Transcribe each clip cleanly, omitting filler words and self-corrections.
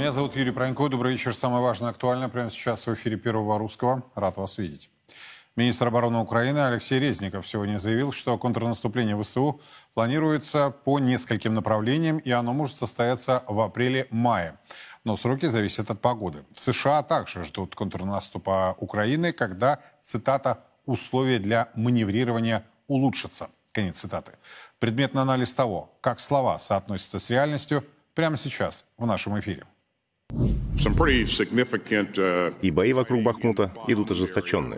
Меня зовут Юрий Пронько. Добрый вечер. Самое важное и актуальное прямо сейчас в эфире Первого Русского. Рад вас видеть. Министр обороны Украины Алексей Резников сегодня заявил, что контрнаступление ВСУ планируется по нескольким направлениям, и оно может состояться в апреле-мае. Но сроки зависят от погоды. В США также ждут контрнаступа Украины, когда, цитата, «условия для маневрирования улучшатся». Конец цитаты. Предметный анализ того, как слова соотносятся с реальностью, прямо сейчас в нашем эфире. И бои вокруг Бахмута идут ожесточенные.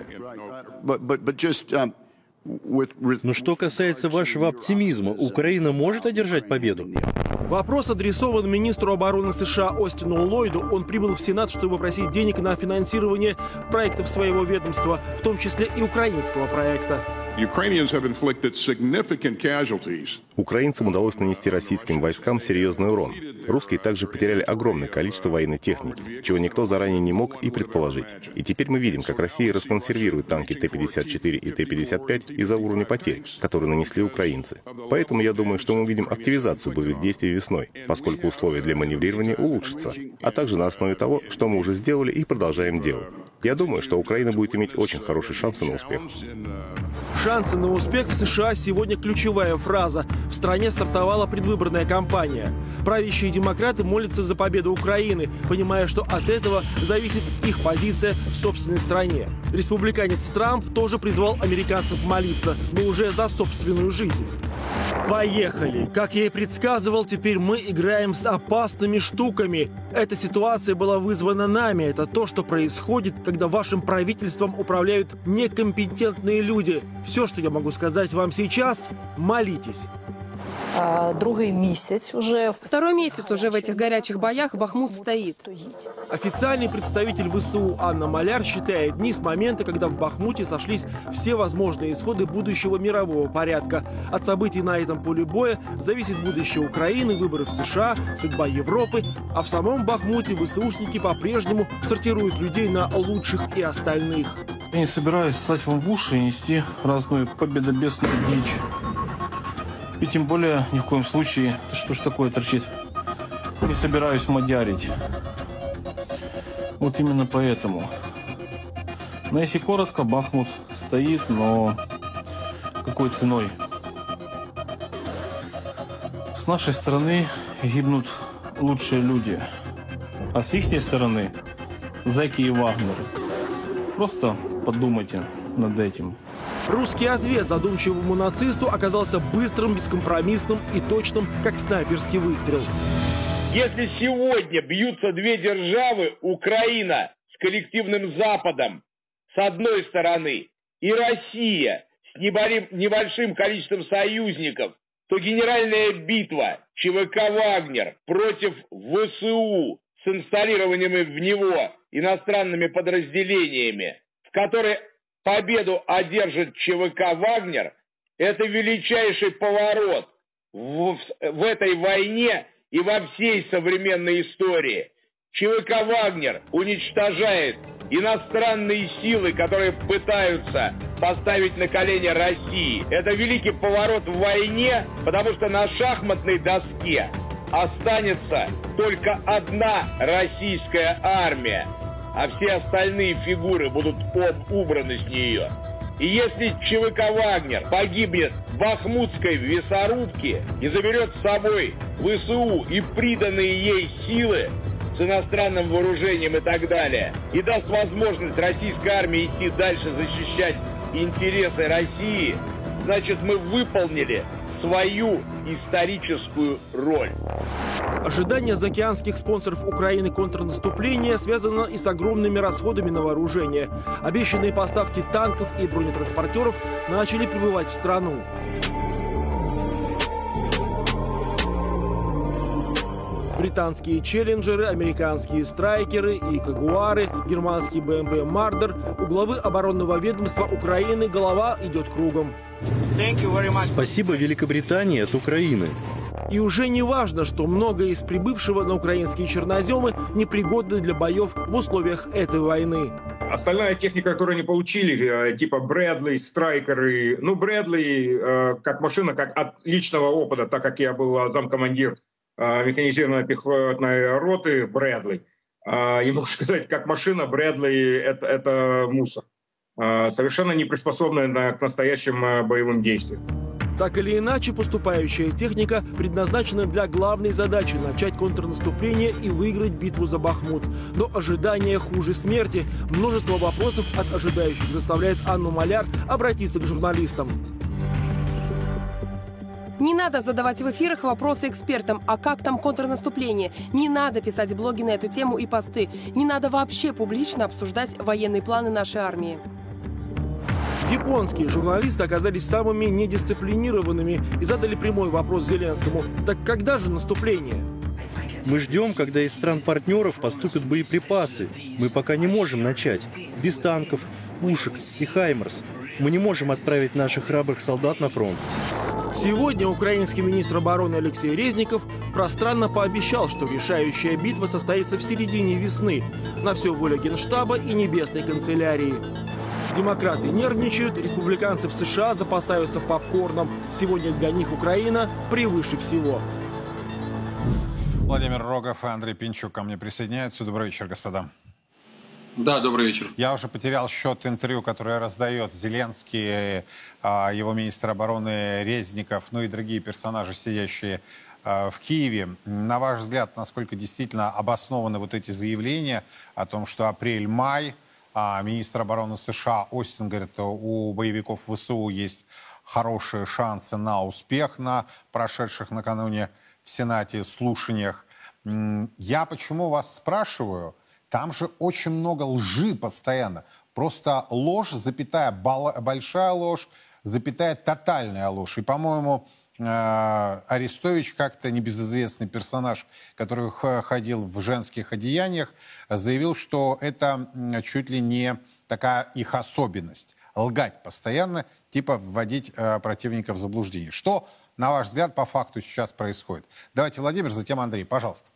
Но что касается вашего оптимизма, Украина может одержать победу? Вопрос адресован министру обороны США Остину Ллойду. Он прибыл в Сенат, чтобы просить денег на финансирование проектов своего ведомства, в том числе и украинского проекта. Украинцам удалось нанести российским войскам серьезный урон. Русские также потеряли огромное количество военной техники, чего никто заранее не мог и предположить. И теперь мы видим, как Россия расконсервирует танки Т-54 и Т-55 из-за уровня потерь, которые нанесли украинцы. Поэтому я думаю, что мы увидим активизацию боевых действий весной, поскольку условия для маневрирования улучшатся, а также на основе того, что мы уже сделали и продолжаем делать. Я думаю, что Украина будет иметь очень хорошие шансы на успех. Шансы на успех в США сегодня ключевая фраза. В стране стартовала предвыборная кампания. Правящие демократы молятся за победу Украины, понимая, что от этого зависит их позиция в собственной стране. Республиканец Трамп тоже призвал американцев молиться, но уже за собственную жизнь. Поехали! Как я и предсказывал, теперь мы играем с опасными штуками. Эта ситуация была вызвана нами. Это то, что происходит, когда вашим правительством управляют некомпетентные люди. Все, что я могу сказать вам сейчас – молитесь. Второй месяц уже в этих горячих боях Бахмут стоит. Официальный представитель ВСУ Анна Маляр считает дни с момента, когда в Бахмуте сошлись все возможные исходы будущего мирового порядка. От событий на этом поле боя зависит будущее Украины, выборы в США, судьба Европы. А в самом Бахмуте ВСУшники по-прежнему сортируют людей на лучших и остальных. Я не собираюсь ссать вам в уши и нести разную победобесную дичь. И тем более, ни в коем случае, что ж такое торчит, не собираюсь мадярить. Вот именно поэтому. Но если коротко, Бахмут стоит, но какой ценой? С нашей стороны гибнут лучшие люди, а с их стороны зэки и Вагнер. Просто подумайте над этим. Русский ответ задумчивому нацисту оказался быстрым, бескомпромиссным и точным, как снайперский выстрел. Если сегодня бьются две державы, Украина с коллективным Западом с одной стороны и Россия с небольшим количеством союзников, то генеральная битва ЧВК «Вагнер» против ВСУ с инсталлированными в него иностранными подразделениями, в которой победу одержит ЧВК «Вагнер», это величайший поворот в этой войне и во всей современной истории. ЧВК «Вагнер» уничтожает иностранные силы, которые пытаются поставить на колени России. Это великий поворот в войне, потому что на шахматной доске останется только одна российская армия, а все остальные фигуры будут убраны с нее. И если ЧВК «Вагнер» погибнет в Бахмутской мясорубке и заберет с собой ВСУ и приданные ей силы с иностранным вооружением и так далее, и даст возможность российской армии идти дальше защищать интересы России, значит, мы выполнили свою историческую роль. Ожидание заокеанских спонсоров Украины контрнаступления связано и с огромными расходами на вооружение. Обещанные поставки танков и бронетранспортеров начали прибывать в страну. Британские челленджеры, американские страйкеры и кагуары, германский БМП «Мардер». У главы оборонного ведомства Украины голова идет кругом. Спасибо Великобритании от Украины. И уже не важно, что многое из прибывшего на украинские черноземы непригодны для боев в условиях этой войны. Остальная техника, которую они получили, типа Брэдли, Страйкеры. Ну, Брэдли как машина, как от личного опыта, так как я был замкомандир механизированной пехотной роты Брэдли. И могу сказать, как машина Брэдли это мусор. Совершенно не приспособленная к настоящим боевым действиям. Так или иначе, поступающая техника предназначена для главной задачи – начать контрнаступление и выиграть битву за Бахмут. Но ожидание хуже смерти. Множество вопросов от ожидающих заставляет Анну Маляр обратиться к журналистам. Не надо задавать в эфирах вопросы экспертам, а как там контрнаступление. Не надо писать блоги на эту тему и посты. Не надо вообще публично обсуждать военные планы нашей армии. Японские журналисты оказались самыми недисциплинированными и задали прямой вопрос Зеленскому. Так когда же наступление? Мы ждем, когда из стран-партнеров поступят боеприпасы. Мы пока не можем начать. Без танков, пушек и «Хаймерс». Мы не можем отправить наших храбрых солдат на фронт. Сегодня украинский министр обороны Алексей Резников пространно пообещал, что решающая битва состоится в середине весны. На все воля Генштаба и Небесной канцелярии. Демократы нервничают, республиканцы в США запасаются попкорном. Сегодня для них Украина превыше всего. Владимир Рогов и Андрей Пинчук ко мне присоединяются. Добрый вечер, господа. Да, добрый вечер. Я уже потерял счет интервью, которое раздает Зеленский, его министр обороны Резников, ну и другие персонажи, сидящие в Киеве. На ваш взгляд, насколько действительно обоснованы вот эти заявления о том, что апрель-май, министр обороны США Остин говорит, у боевиков ВСУ есть хорошие шансы на успех на прошедших накануне в Сенате слушаниях. Я почему вас спрашиваю? Там же очень много лжи постоянно. Просто ложь, запятая большая ложь, запятая тотальная ложь. И, по-моему, Арестович, как-то небезызвестный персонаж, который ходил в женских одеяниях, заявил, что это чуть ли не такая их особенность. Лгать постоянно, типа вводить противника в заблуждение. Что, на ваш взгляд, по факту сейчас происходит? Давайте, Владимир, затем Андрей, пожалуйста.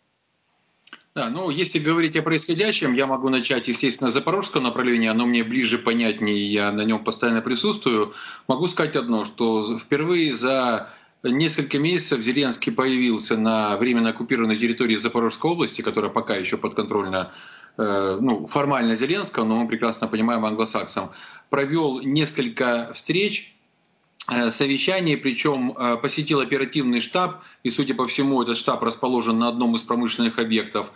Да, ну, если говорить о происходящем, я могу начать, естественно, с запорожского направления, оно мне ближе, понятнее, я на нем постоянно присутствую. Могу сказать одно, что впервые за несколько месяцев Зеленский появился на временно оккупированной территории Запорожской области, которая пока еще подконтрольна, формально Зеленского, но мы прекрасно понимаем англосаксам, провел несколько встреч, совещание, причем посетил оперативный штаб, и, судя по всему, этот штаб расположен на одном из промышленных объектов,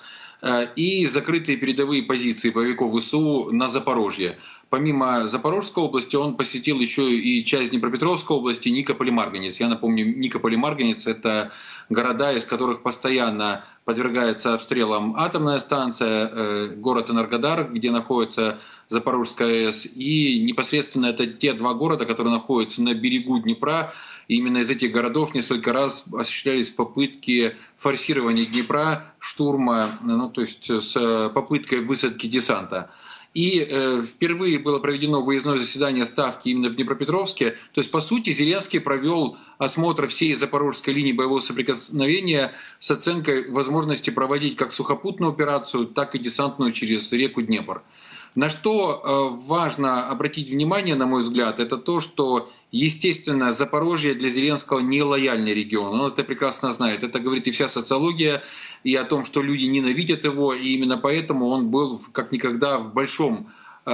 и закрытые передовые позиции боевиков ВСУ на Запорожье. Помимо Запорожской области он посетил еще и часть Днепропетровской области, Никополь и Марганец. Я напомню, Никополь и Марганец – это города, из которых постоянно подвергается обстрелам атомная станция, город Энергодар, где находится Запорожская АЭС, и непосредственно это те два города, которые находятся на берегу Днепра. И именно из этих городов несколько раз осуществлялись попытки форсирования Днепра, штурма, то есть с попыткой высадки десанта. И впервые было проведено выездное заседание Ставки именно в Днепропетровске. То есть, по сути, Зеленский провел осмотр всей запорожской линии боевого соприкосновения с оценкой возможности проводить как сухопутную операцию, так и десантную через реку Днепр. На что важно обратить внимание, на мой взгляд, это то, что, естественно, Запорожье для Зеленского не лояльный регион. Он это прекрасно знает. Это говорит и вся социология, и о том, что люди ненавидят его. И именно поэтому он был как никогда в большом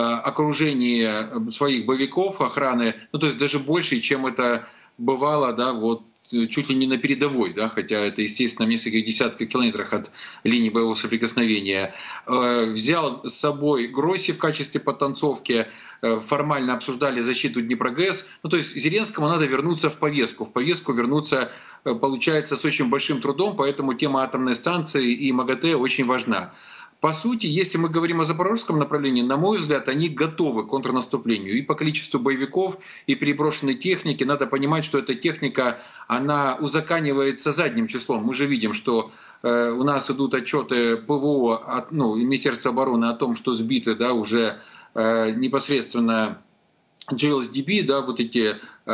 окружении своих боевиков, охраны, то есть даже больше, чем это бывало, чуть ли не на передовой, хотя это, естественно, в нескольких десятках километрах от линии боевого соприкосновения. Взял с собой Гросси в качестве подтанцовки, формально обсуждали защиту Днепрогэс. То есть Зеленскому надо вернуться в повестку. В повестку вернуться, получается, с очень большим трудом, поэтому тема атомной станции и МАГАТЭ очень важна. По сути, если мы говорим о запорожском направлении, на мой взгляд, они готовы к контрнаступлению. И по количеству боевиков, и переброшенной техники. Надо понимать, что эта техника, она узаканивается задним числом. Мы же видим, что у нас идут отчеты ПВО, Министерства обороны о том, что сбиты уже непосредственно GLSDB, да, вот эти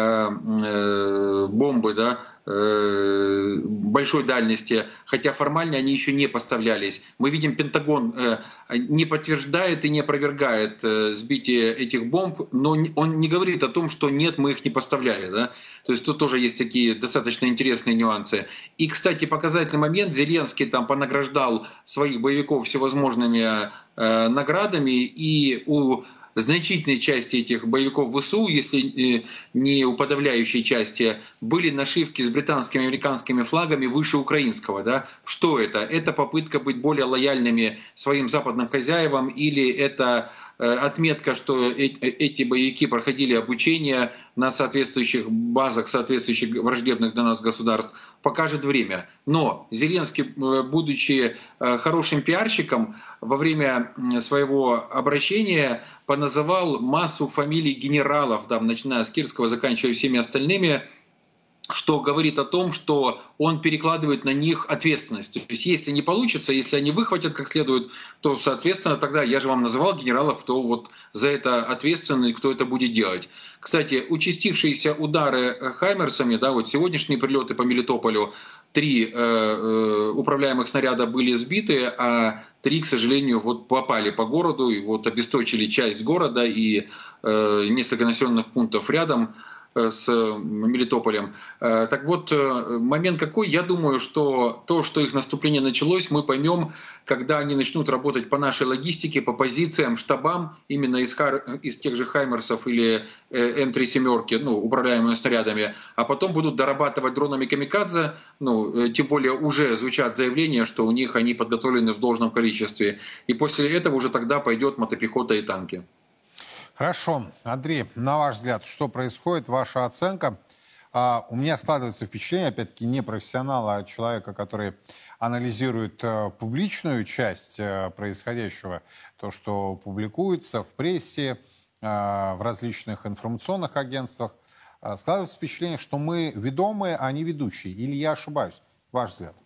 бомбы, да, большой дальности, хотя формально они еще не поставлялись. Мы видим, Пентагон не подтверждает и не опровергает сбитие этих бомб, но он не говорит о том, что нет, мы их не поставляли. Да? То есть тут тоже есть такие достаточно интересные нюансы. И, кстати, показательный момент, Зеленский там понаграждал своих боевиков всевозможными наградами, и у значительной части этих боевиков ВСУ, если не у подавляющей части, были нашивки с британскими и американскими флагами выше украинского. Да? Что это? Это попытка быть более лояльными своим западным хозяевам, или это отметка, что эти боевики проходили обучение на соответствующих базах, соответствующих враждебных для нас государств, покажет время. Но Зеленский, будучи хорошим пиарщиком, во время своего обращения поназывал массу фамилий генералов, там, начиная с Кирского, заканчивая всеми остальными, что говорит о том, что он перекладывает на них ответственность. То есть если не получится, если они выхватят как следует, то, соответственно, тогда я же вам называл генералов, кто вот за это ответственный, кто это будет делать. Кстати, участившиеся удары хаймерсами, да, вот сегодняшние прилеты по Мелитополю, 3 управляемых снаряда были сбиты, а 3, к сожалению, вот попали по городу и вот обесточили часть города и несколько населенных пунктов рядом с Мелитополем. Так вот, момент какой? Я думаю, что то, что их наступление началось, мы поймем, когда они начнут работать по нашей логистике, по позициям, штабам, именно из тех же Хаймерсов или М3 семерки, ну, управляемыми снарядами, а потом будут дорабатывать дронами камикадзе, ну, тем более уже звучат заявления, что у них они подготовлены в должном количестве. И после этого уже тогда пойдет мотопехота и танки. Хорошо. Андрей, на ваш взгляд, что происходит, ваша оценка? У меня складывается впечатление, опять-таки, не профессионала, а человека, который анализирует публичную часть происходящего, то, что публикуется в прессе, в различных информационных агентствах. Складывается впечатление, что мы ведомые, а не ведущие. Или я ошибаюсь? Ваш взгляд.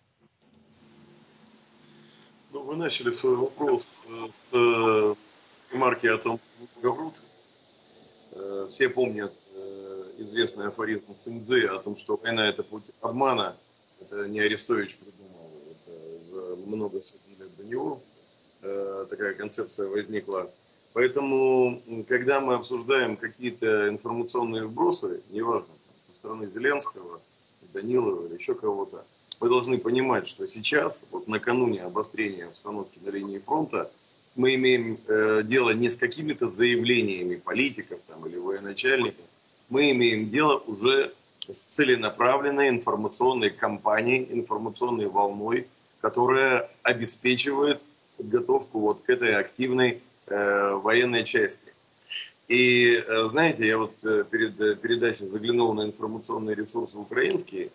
Ну, вы начали свой вопрос с ремарки о том, что много врут. Все помнят известный афоризм Сунь-Цзы о том, что война – это путь обмана. Это не Арестович придумал, это много лет до него. Такая концепция возникла. Поэтому, когда мы обсуждаем какие-то информационные вбросы, неважно, со стороны Зеленского, Данилова или еще кого-то, мы должны понимать, что сейчас, вот накануне обострения обстановки на линии фронта, мы имеем дело не с какими-то заявлениями политиков там, или военачальников, мы имеем дело уже с целенаправленной информационной кампанией, информационной волной, которая обеспечивает подготовку вот к этой активной военной части. И знаете, я вот перед передачей заглянул на информационные ресурсы украинские.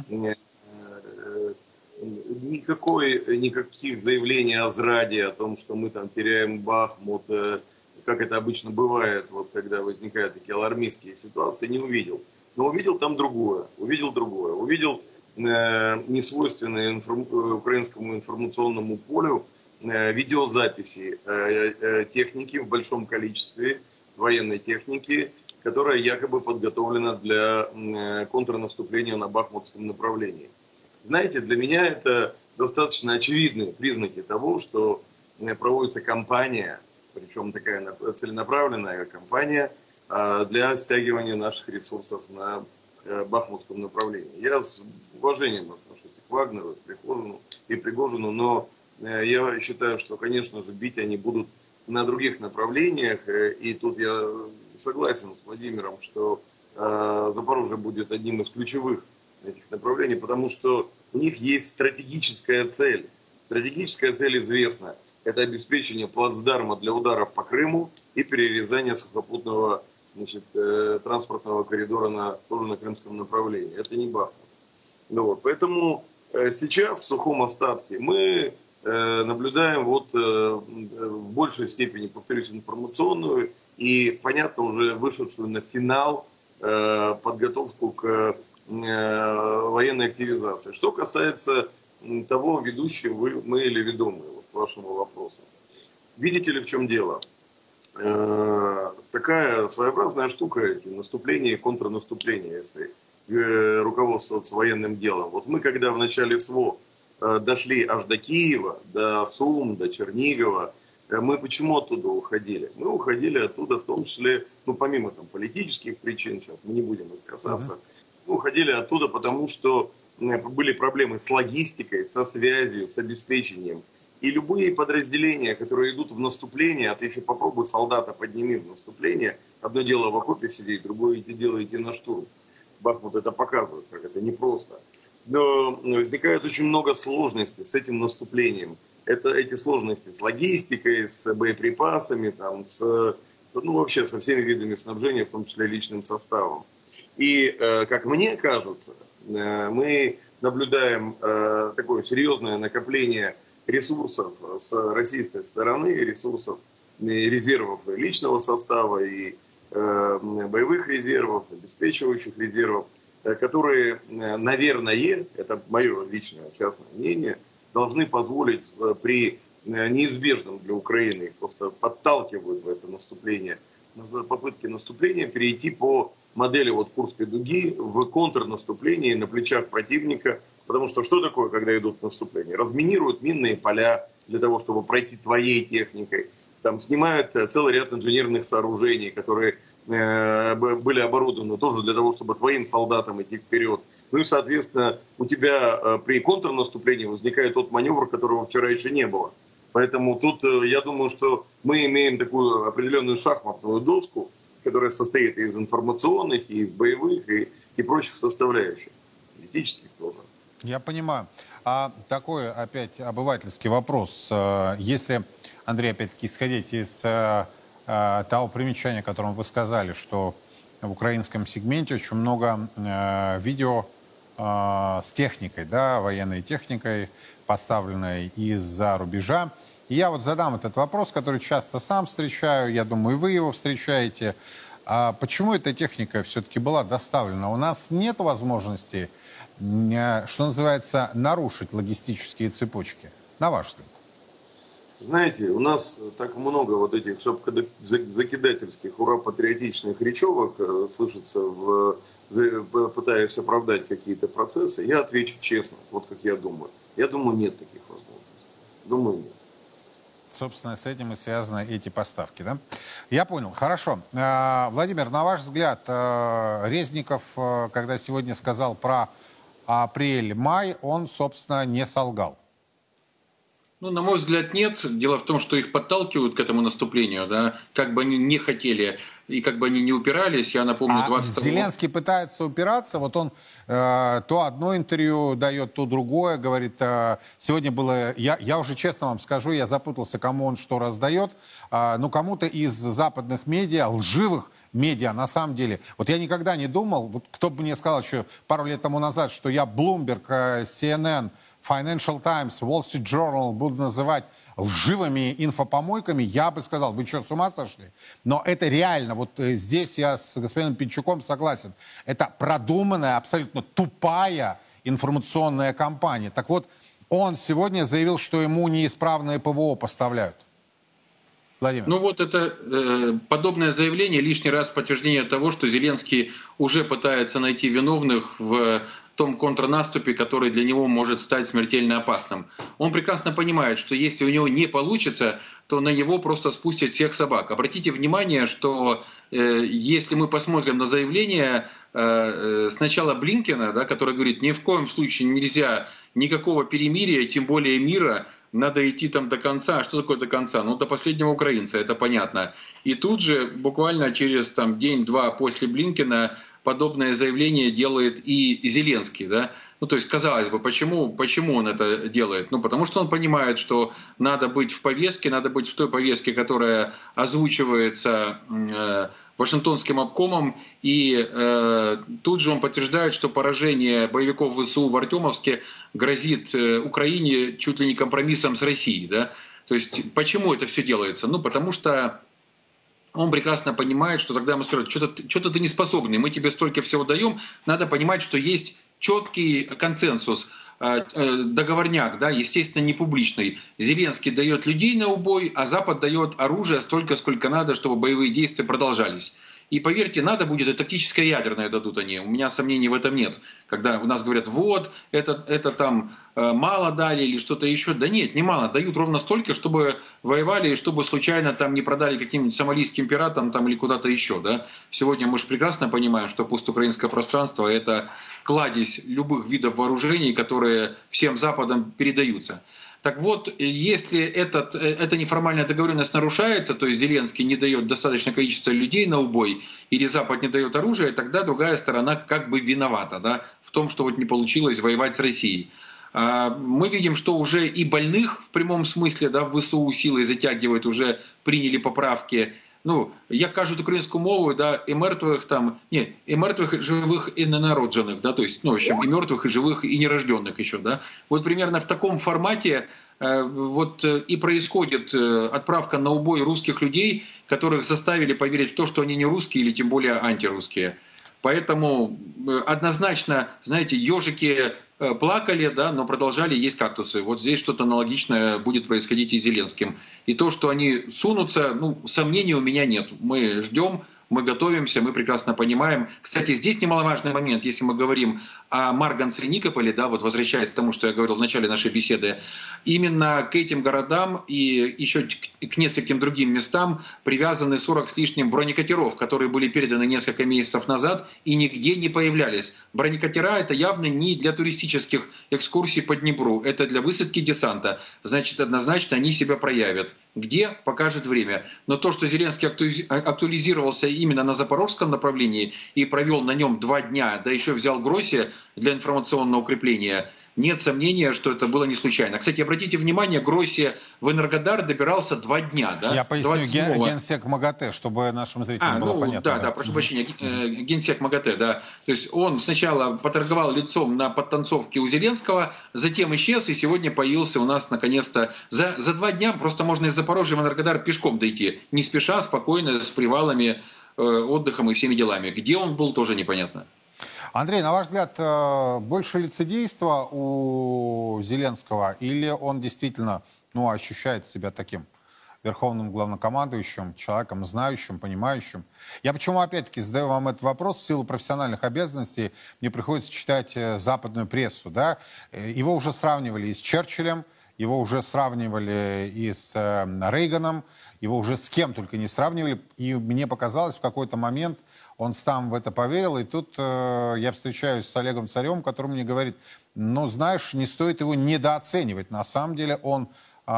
Никаких заявлений о зраде, о том, что мы там теряем Бахмут, как это обычно бывает, вот, когда возникают такие алармистские ситуации, не увидел. Но увидел там другое. Увидел несвойственное украинскому информационному полю видеозаписи техники в большом количестве, военной техники, которая якобы подготовлена для контрнаступления на бахмутском направлении. Знаете, для меня это достаточно очевидные признаки того, что проводится кампания, причем такая целенаправленная кампания для стягивания наших ресурсов на бахмутском направлении. Я с уважением отношусь к Вагнеру, к Пригожину, но я считаю, что, конечно же, бить они будут на других направлениях. И тут я согласен с Владимиром, что Запорожье будет одним из ключевых этих направлений, потому что у них есть стратегическая цель. Стратегическая цель известна. Это обеспечение плацдарма для ударов по Крыму и перерезание сухопутного транспортного коридора тоже на крымском направлении. Это не Бахмут. Вот. Поэтому сейчас в сухом остатке мы наблюдаем в большей степени, повторюсь, информационную и, понятно, уже вышедшую на финал подготовку к военной активизации. Что касается того, ведущие мы или ведомые, вот, к вашему вопросу. Видите ли, в чем дело? такая своеобразная штука, эти наступления и контрнаступления, если руководствоваться военным делом. Вот мы, когда в начале СВО дошли аж до Киева, до Сум, до Чернигова, мы почему оттуда уходили? Мы уходили оттуда в том числе, ну помимо там политических причин, сейчас мы не будем их касаться, мы уходили оттуда потому, что были проблемы с логистикой, со связью, с обеспечением. И любые подразделения, которые идут в наступление, а ты еще попробуй солдата подними в наступление, одно дело в окопе сидеть, другое дело идти на штурм. Бахмут это показывает, как это непросто. Но возникает очень много сложностей с этим наступлением. Эти сложности с логистикой, с боеприпасами, там, вообще со всеми видами снабжения, в том числе личным составом. И, как мне кажется, мы наблюдаем такое серьезное накопление ресурсов с российской стороны, ресурсов, резервов личного состава и боевых резервов, обеспечивающих резервов, которые, наверное, это мое личное частное мнение, должны позволить при неизбежном для Украины, их просто подталкивают в это наступление, в попытке наступления перейти по модели вот Курской дуги в контрнаступление на плечах противника. Потому что такое, когда идут наступления? Разминируют минные поля для того, чтобы пройти твоей техникой. Там снимают целый ряд инженерных сооружений, которые были оборудованы тоже для того, чтобы твоим солдатам идти вперед. Ну и, соответственно, у тебя при контрнаступлении возникает тот маневр, которого вчера еще не было. Поэтому тут я думаю, что мы имеем такую определенную шахматную доску, которая состоит из информационных, и боевых, и прочих составляющих. Политических тоже. Я понимаю. А такой опять обывательский вопрос. Если, Андрей, опять-таки, исходить из того примечания, которым вы сказали, что в украинском сегменте очень много видео с техникой, да, военной техникой, поставленной из-за рубежа. И я вот задам этот вопрос, который часто сам встречаю, я думаю, и вы его встречаете. А почему эта техника все-таки была доставлена? У нас нет возможности, что называется, нарушить логистические цепочки, на ваш взгляд? Знаете, у нас так много вот этих закидательских, ура-патриотичных речевок слышится, пытаясь оправдать какие-то процессы. Я отвечу честно, вот как я думаю. Я думаю, нет таких возможностей. Думаю, нет. Собственно, с этим и связаны эти поставки, да? Я понял. Хорошо. Владимир, на ваш взгляд, Резников, когда сегодня сказал про апрель-май, он, собственно, не солгал? Ну, на мой взгляд, нет. Дело в том, что их подталкивают к этому наступлению, да, как бы они не хотели и как бы они не упирались. Я напомню, 22 Зеленский пытается упираться, вот он то одно интервью дает, то другое, говорит, сегодня было, я уже честно вам скажу, я запутался, кому он что раздает, ну, кому-то из западных медиа, лживых медиа, на самом деле. Вот я никогда не думал, вот кто бы мне сказал еще пару лет тому назад, что я Bloomberg, CNN, Financial Times, Wall Street Journal буду называть лживыми инфопомойками, я бы сказал, вы что, с ума сошли? Но это реально, вот здесь я с господином Пинчуком согласен, это продуманная, абсолютно тупая информационная кампания. Так вот, он сегодня заявил, что ему неисправное ПВО поставляют. Владимир. Ну вот это подобное заявление лишний раз подтверждение того, что Зеленский уже пытается найти виновных в том контрнаступе, который для него может стать смертельно опасным. Он прекрасно понимает, что если у него не получится, то на него просто спустят всех собак. Обратите внимание, что если мы посмотрим на заявление сначала Блинкена, да, который говорит, ни в коем случае нельзя никакого перемирия, тем более мира, надо идти там до конца. Что такое до конца? Ну, до последнего украинца, это понятно. И тут же, буквально через день-два после Блинкена, подобное заявление делает и Зеленский, да? Ну, то есть, казалось бы, почему он это делает? Ну, потому что он понимает, что надо быть в повестке, надо быть в той повестке, которая озвучивается Вашингтонским обкомом, и тут же он подтверждает, что поражение боевиков ВСУ в Артемовске грозит Украине чуть ли не компромиссом с Россией, да? То есть, почему это все делается? Ну, потому что он прекрасно понимает, что тогда ему скажут, что-то ты не способный, мы тебе столько всего даем. Надо понимать, что есть четкий консенсус договорняк, да, естественно, не публичный. Зеленский дает людей на убой, а Запад дает оружие столько, сколько надо, чтобы боевые действия продолжались. И поверьте, надо будет, и тактическое ядерное дадут они. У меня сомнений в этом нет. Когда у нас говорят, вот, это там мало дали или что-то еще. Да нет, не мало. Дают ровно столько, чтобы воевали, и чтобы случайно там не продали каким-нибудь сомалийским пиратам там, или куда-то еще. Да? Сегодня мы же прекрасно понимаем, что постукраинское пространство – это кладезь любых видов вооружений, которые всем Западам передаются. Так вот, если эта неформальная договоренность нарушается, то есть Зеленский не дает достаточное количество людей на убой, или Запад не дает оружие, тогда другая сторона как бы виновата, да, в том, что вот не получилось воевать с Россией. Мы видим, что уже и больных в прямом смысле, да, в ВСУ силой затягивают, уже приняли поправки. Ну, як кажуть українською мовою, да, и мертвых, и живых, и ненародженных, да, то есть, ну, в общем, и мертвых, и живых, и нерожденных еще, да. Вот примерно в таком формате вот и происходит отправка на убой русских людей, которых заставили поверить в то, что они не русские или тем более антирусские. Поэтому однозначно, знаете, ежики плакали, да, но продолжали есть кактусы. Вот здесь что-то аналогичное будет происходить и с Зеленским. И то, что они сунутся, ну, сомнений у меня нет. Мы ждем, мы готовимся, мы прекрасно понимаем. Кстати, здесь немаловажный момент, если мы говорим о Марганце и Никополе, да, вот возвращаясь к тому, что я говорил в начале нашей беседы, именно к этим городам и еще к нескольким другим местам привязаны 40 с лишним бронекатеров, которые были переданы несколько месяцев назад и нигде не появлялись. Бронекатера — это явно не для туристических экскурсий по Днепру, это для высадки десанта. Значит, однозначно они себя проявят. Где — покажет время. Но то, что Зеленский актуализировался именно на запорожском направлении и провел на нем 2 дня, да еще взял Гроссия для информационного укрепления, нет сомнения, что это было не случайно. Кстати, обратите внимание, Гроссия в Энергодар добирался 2 дня. Да? Я поясню, генсек МАГАТЭ, чтобы нашим зрителям было понятно. Да, прошу прощения, генсек МАГАТЭ, да. То есть он сначала поторговал лицом на подтанцовке у Зеленского, затем исчез и сегодня появился у нас наконец-то. За 2 дня просто можно из Запорожья в Энергодар пешком дойти, не спеша, спокойно, с привалами, отдыхом и всеми делами. Где он был, тоже непонятно. Андрей, на ваш взгляд, больше лицедейства у Зеленского или он действительно, ну, ощущает себя таким верховным главнокомандующим, человеком знающим, понимающим? Я почему опять-таки задаю вам этот вопрос? В силу профессиональных обязанностей мне приходится читать западную прессу, да? Его уже сравнивали и с Черчиллем, его уже сравнивали и с Рейганом, его уже с кем только не сравнивали. И мне показалось, в какой-то момент он сам в это поверил. И тут я встречаюсь с Олегом Царем, который мне говорит, ну, знаешь, не стоит его недооценивать. На самом деле он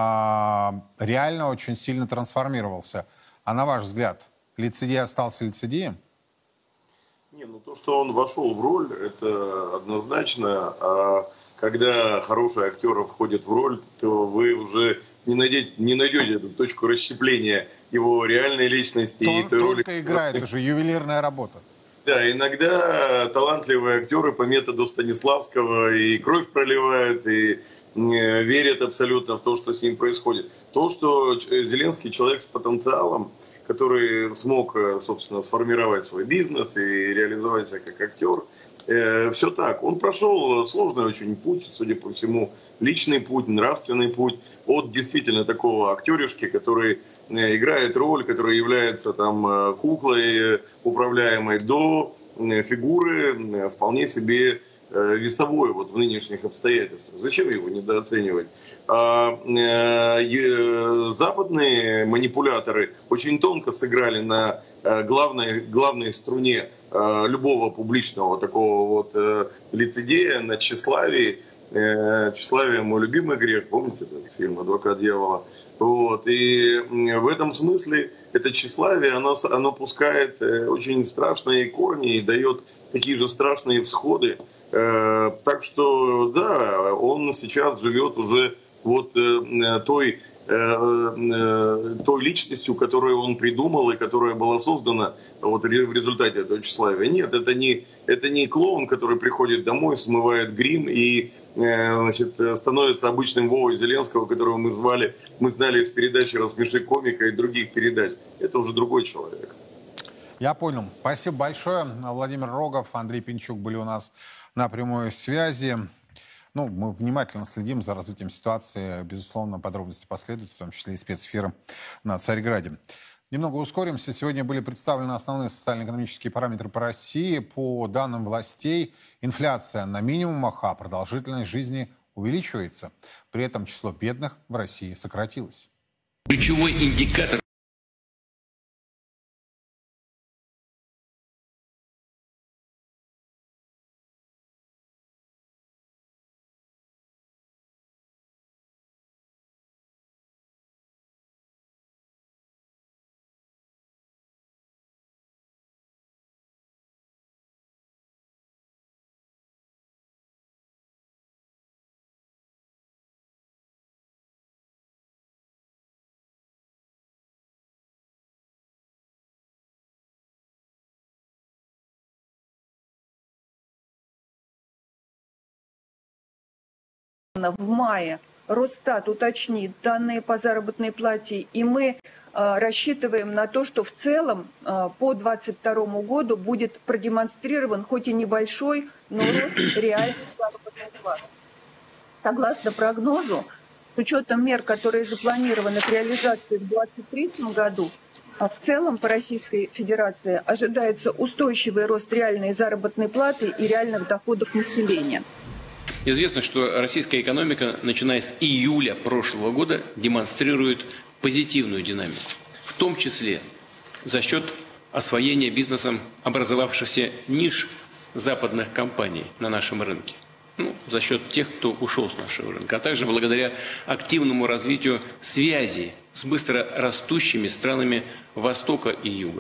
реально очень сильно трансформировался. А на ваш взгляд, лицедей остался лицедеем? Не, ну то, что он вошел в роль, это однозначно. А когда хороший актер входит в роль, то вы уже не найдете эту точку расщепления его реальной личности. И той роли. Только играет, это же ювелирная работа. Да, иногда талантливые актеры по методу Станиславского и кровь проливают, и верят абсолютно в то, что с ним происходит. То, что Зеленский человек с потенциалом, который смог, собственно, сформировать свой бизнес и реализовать себя как актер, все так. Он прошел сложный очень путь, судя по всему, личный путь, нравственный путь от действительно такого актеришки, который играет роль, который является там куклой управляемой, до фигуры вполне себе весовой вот в нынешних обстоятельствах. Зачем его недооценивать? Западные манипуляторы очень тонко сыграли на главной струне любого публичного такого вот лицедея, на тщеславии. Тщеславие — мой любимый грех, помните этот фильм «Адвокат дьявола»? Вот. И в этом смысле это тщеславие, оно пускает очень страшные корни и дает такие же страшные всходы. Так что, да, он сейчас живет уже вот той личностью, которую он придумал и которая была создана вот в результате этого тщеславия. Нет, это не клоун, который приходит домой, смывает грим и значит, становится обычным Вовой Зеленского, которого мы знали из передачи «Рассмеши комика» и других передач. Это уже другой человек. Я понял. Спасибо большое. Владимир Рогов, Андрей Пинчук были у нас на прямой связи. Ну, мы внимательно следим за развитием ситуации. Безусловно, подробности последуют, в том числе и спецэфиры на Царьграде. Немного ускоримся. Сегодня были представлены основные социально-экономические параметры по России. По данным властей, инфляция на минимумах, а продолжительность жизни увеличивается. При этом число бедных в России сократилось. Ключевой индикатор В мае Росстат уточнит данные по заработной плате, и мы рассчитываем на то, что в целом по 2022 году будет продемонстрирован хоть и небольшой, но рост реальной заработной платы. Согласно прогнозу, с учетом мер, которые запланированы к реализации в 2023 году, в целом по Российской Федерации ожидается устойчивый рост реальной заработной платы и реальных доходов населения. Известно, что российская экономика, начиная с июля прошлого года, демонстрирует позитивную динамику, в том числе за счет освоения бизнесом образовавшихся ниш западных компаний на нашем рынке. За счет тех, кто ушел с нашего рынка, а также благодаря активному развитию связей с быстро растущими странами Востока и Юга.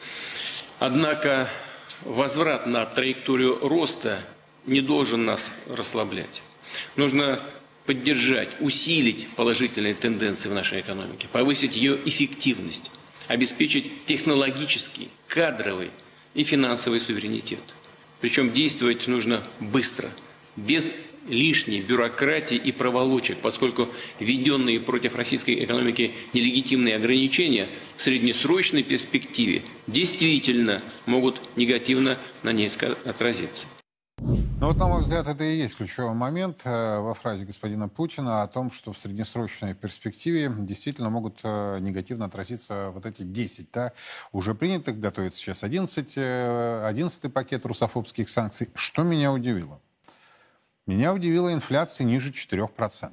Однако возврат на траекторию роста не должен нас расслаблять. Нужно поддержать, усилить положительные тенденции в нашей экономике, повысить ее эффективность, обеспечить технологический, кадровый и финансовый суверенитет. Причем действовать нужно быстро, без лишней бюрократии и проволочек, поскольку введенные против российской экономики нелегитимные ограничения в среднесрочной перспективе действительно могут негативно на ней отразиться. Ну вот, на мой взгляд, это и есть ключевой момент во фразе господина Путина о том, что в среднесрочной перспективе действительно могут негативно отразиться вот эти 10, да, уже принятых, готовится сейчас 11-й пакет русофобских санкций. Что меня удивило? Меня удивила инфляция ниже 4%.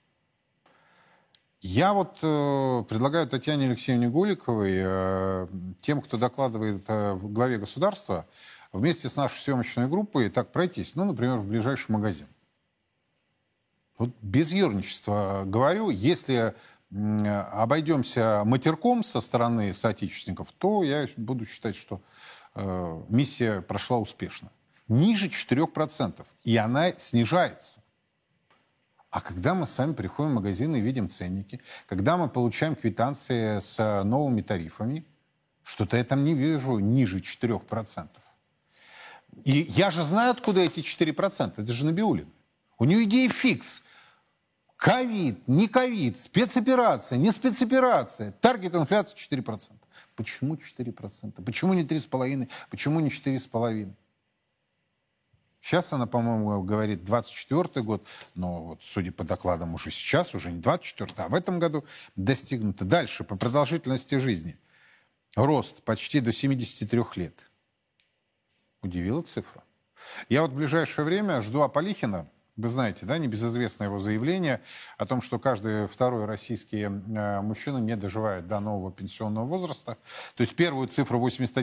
Я вот предлагаю Татьяне Алексеевне Голиковой, тем, кто докладывает в главе государства, вместе с нашей съемочной группой так пройтись, ну, например, в ближайший магазин. Вот без ерничества говорю, если обойдемся матерком со стороны соотечественников, то я буду считать, что миссия прошла успешно. Ниже 4%, и она снижается. А когда мы с вами приходим в магазин и видим ценники, когда мы получаем квитанции с новыми тарифами, что-то я там не вижу ниже 4%. И я же знаю, откуда эти 4%. Это же Набиуллина. У нее идея фикс. Ковид, не ковид, спецоперация, не спецоперация. Таргет инфляции 4%. Почему 4%? Почему не 3,5%? Почему не 4,5%? Сейчас она, по-моему, говорит 24 год, но вот, судя по докладам, уже сейчас, уже не 24, а в этом году достигнуто. Дальше, по продолжительности жизни. Рост почти до 73 лет. Удивила цифра. Я вот в ближайшее время жду Аполихина. Вы знаете, да, небезызвестное его заявление о том, что каждый второй российский мужчина не доживает до нового пенсионного возраста. То есть первую цифру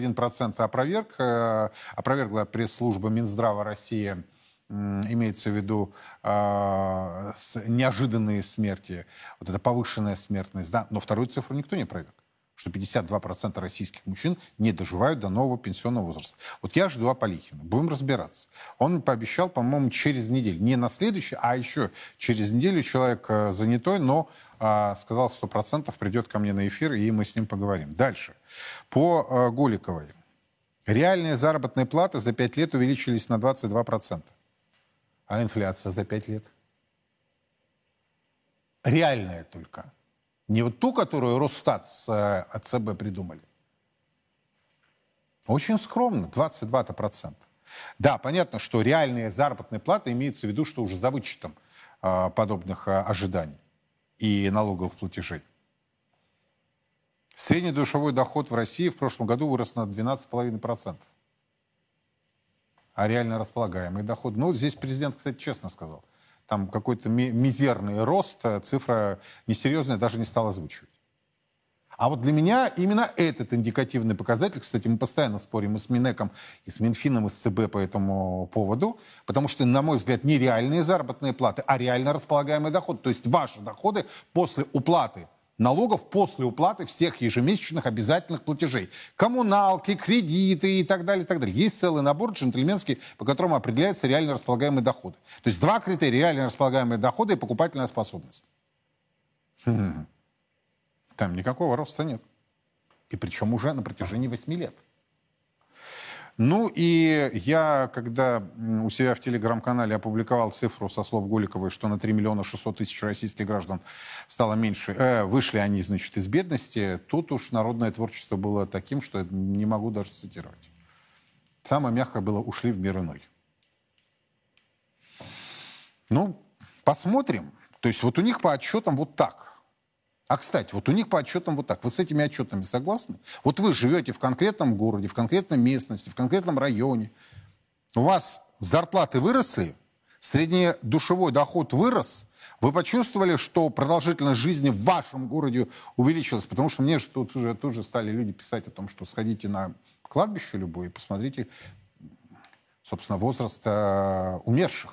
81% опровергла пресс-служба Минздрава России. Имеется в виду неожиданные смерти, вот эта повышенная смертность. Да? Но вторую цифру никто не опроверг. Что 52% российских мужчин не доживают до нового пенсионного возраста. Вот я жду Аполихина. Будем разбираться. Он пообещал, по-моему, через неделю. Не на следующий, а еще через неделю. Человек занятой, но сказал 100% придет ко мне на эфир, и мы с ним поговорим. Дальше. По Голиковой. Реальные заработные платы за 5 лет увеличились на 22%. А инфляция за 5 лет? Реальная только. Не вот ту, которую Росстат от ЦБ придумали. Очень скромно, 22%. Да, понятно, что реальные заработные платы имеются в виду, что уже за вычетом подобных ожиданий и налоговых платежей. Средний душевой доход в России в прошлом году вырос на 12,5%. А реально располагаемый доход... Ну, здесь президент, кстати, честно сказал. Там какой-то мизерный рост, цифра несерьезная, даже не стал озвучивать. А вот для меня именно этот индикативный показатель, кстати, мы постоянно спорим и с Минэком, и с Минфином, и с ЦБ по этому поводу, потому что, на мой взгляд, не реальные заработные платы, а реально располагаемый доход. То есть ваши доходы после уплаты налогов, после уплаты всех ежемесячных обязательных платежей. Коммуналки, кредиты и так далее, и так далее. Есть целый набор джентльменский, по которому определяются реально располагаемые доходы. То есть два критерия: реально располагаемые доходы и покупательная способность. Там никакого роста нет. И причем уже на протяжении 8 лет. Ну и я, когда у себя в телеграм-канале опубликовал цифру со слов Голиковой, что на 3 миллиона 600 тысяч российских граждан стало меньше, вышли они, значит, из бедности, тут уж народное творчество было таким, что не могу даже цитировать. Самое мягкое было: ушли в мир иной. Ну, посмотрим. То есть вот у них по отчетам вот так. А, кстати, вот у них по отчетам вот так. Вы с этими отчетами согласны? Вот вы живете в конкретном городе, в конкретной местности, в конкретном районе. У вас зарплаты выросли, среднедушевой доход вырос. Вы почувствовали, что продолжительность жизни в вашем городе увеличилась? Потому что мне же тут же стали люди писать о том, что сходите на кладбище любое и посмотрите, собственно, возраст умерших.